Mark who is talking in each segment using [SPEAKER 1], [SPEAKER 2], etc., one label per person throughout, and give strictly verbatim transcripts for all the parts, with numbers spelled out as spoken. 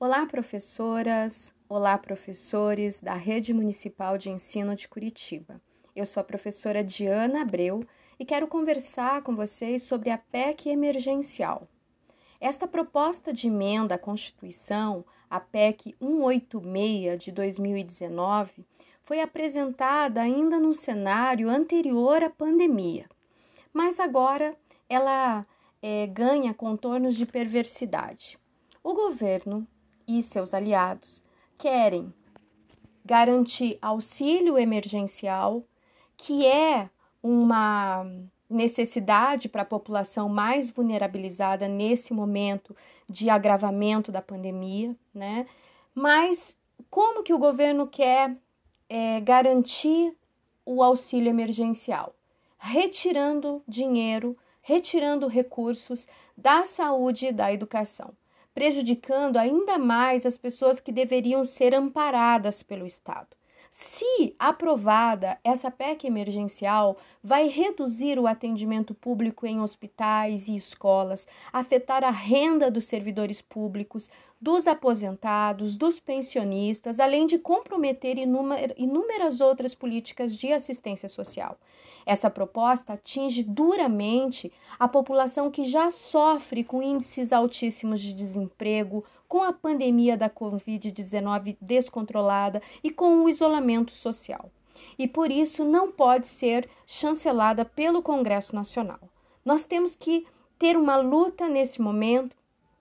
[SPEAKER 1] Olá, professoras! Olá, professores da Rede Municipal de Ensino de Curitiba. Eu sou a professora Diana Abreu e quero conversar com vocês sobre a P E C emergencial. Esta proposta de emenda à Constituição, a P E C cento e oitenta e seis de dois mil e dezenove, foi apresentada ainda num cenário anterior à pandemia, mas agora ela é, ganha contornos de perversidade. O governo e seus aliados querem garantir auxílio emergencial, que é uma necessidade para a população mais vulnerabilizada nesse momento de agravamento da pandemia, né? Mas como que o governo quer é, garantir o auxílio emergencial? Retirando dinheiro, retirando recursos da saúde e da educação, prejudicando ainda mais as pessoas que deveriam ser amparadas pelo Estado. Se aprovada, essa P E C emergencial vai reduzir o atendimento público em hospitais e escolas, afetar a renda dos servidores públicos, dos aposentados, dos pensionistas, além de comprometer inúmeras outras políticas de assistência social. Essa proposta atinge duramente a população que já sofre com índices altíssimos de desemprego, com a pandemia da covid dezenove descontrolada e com o isolamento social. E por isso não pode ser chancelada pelo Congresso Nacional. Nós temos que ter uma luta nesse momento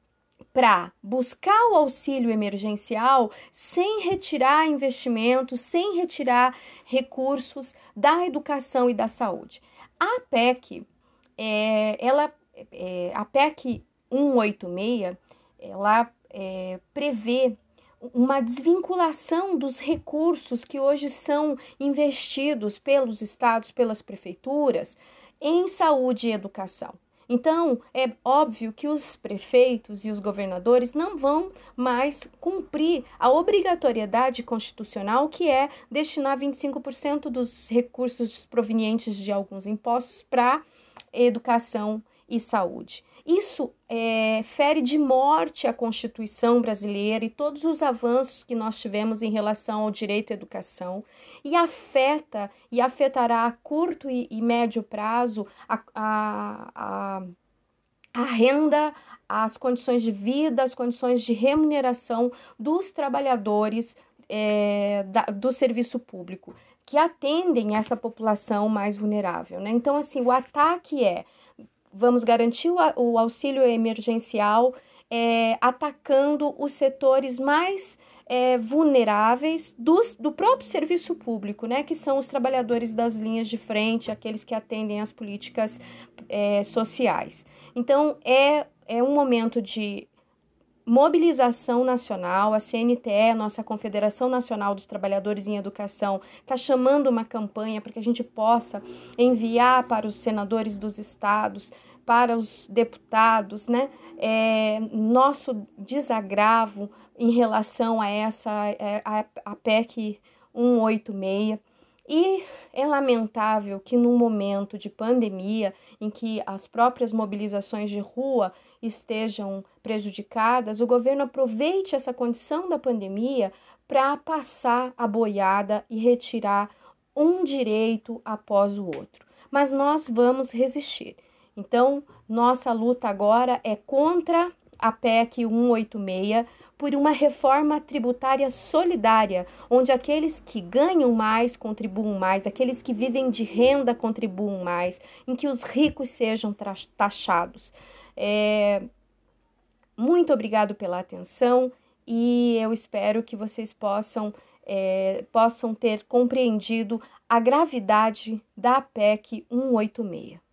[SPEAKER 1] para buscar o auxílio emergencial sem retirar investimentos, sem retirar recursos da educação e da saúde. A P E C, é, ela, é, a P E C cento e oitenta e seis, ela é, prevê uma desvinculação dos recursos que hoje são investidos pelos estados, pelas prefeituras, em saúde e educação. Então, é óbvio que os prefeitos e os governadores não vão mais cumprir a obrigatoriedade constitucional, que é destinar vinte e cinco por cento dos recursos provenientes de alguns impostos para educação e saúde. Isso é, fere de morte a Constituição brasileira e todos os avanços que nós tivemos em relação ao direito à educação e afeta e afetará a curto e, e médio prazo a, a, a, a renda, as condições de vida, as condições de remuneração dos trabalhadores é, da, do serviço público, que atendem essa população mais vulnerável, né? Então, assim, o ataque é: vamos garantir o auxílio emergencial é, atacando os setores mais é, vulneráveis do, do próprio serviço público, né, que são os trabalhadores das linhas de frente, aqueles que atendem às políticas é, sociais. Então, é, é um momento de mobilização nacional. A C N T E, nossa Confederação Nacional dos Trabalhadores em Educação, está chamando uma campanha para que a gente possa enviar para os senadores dos estados, para os deputados, né, é, nosso desagravo em relação a essa a, a P E C cento e oitenta e seis. E é lamentável que num momento de pandemia, em que as próprias mobilizações de rua estejam prejudicadas, o governo aproveite essa condição da pandemia para passar a boiada e retirar um direito após o outro. Mas nós vamos resistir. Então, nossa luta agora é contra a P E C cento e oitenta e seis, por uma reforma tributária solidária, onde aqueles que ganham mais contribuam mais, aqueles que vivem de renda contribuam mais, em que os ricos sejam taxados. É... Muito obrigado pela atenção e eu espero que vocês possam, é, possam ter compreendido a gravidade da P E C cento e oitenta e seis.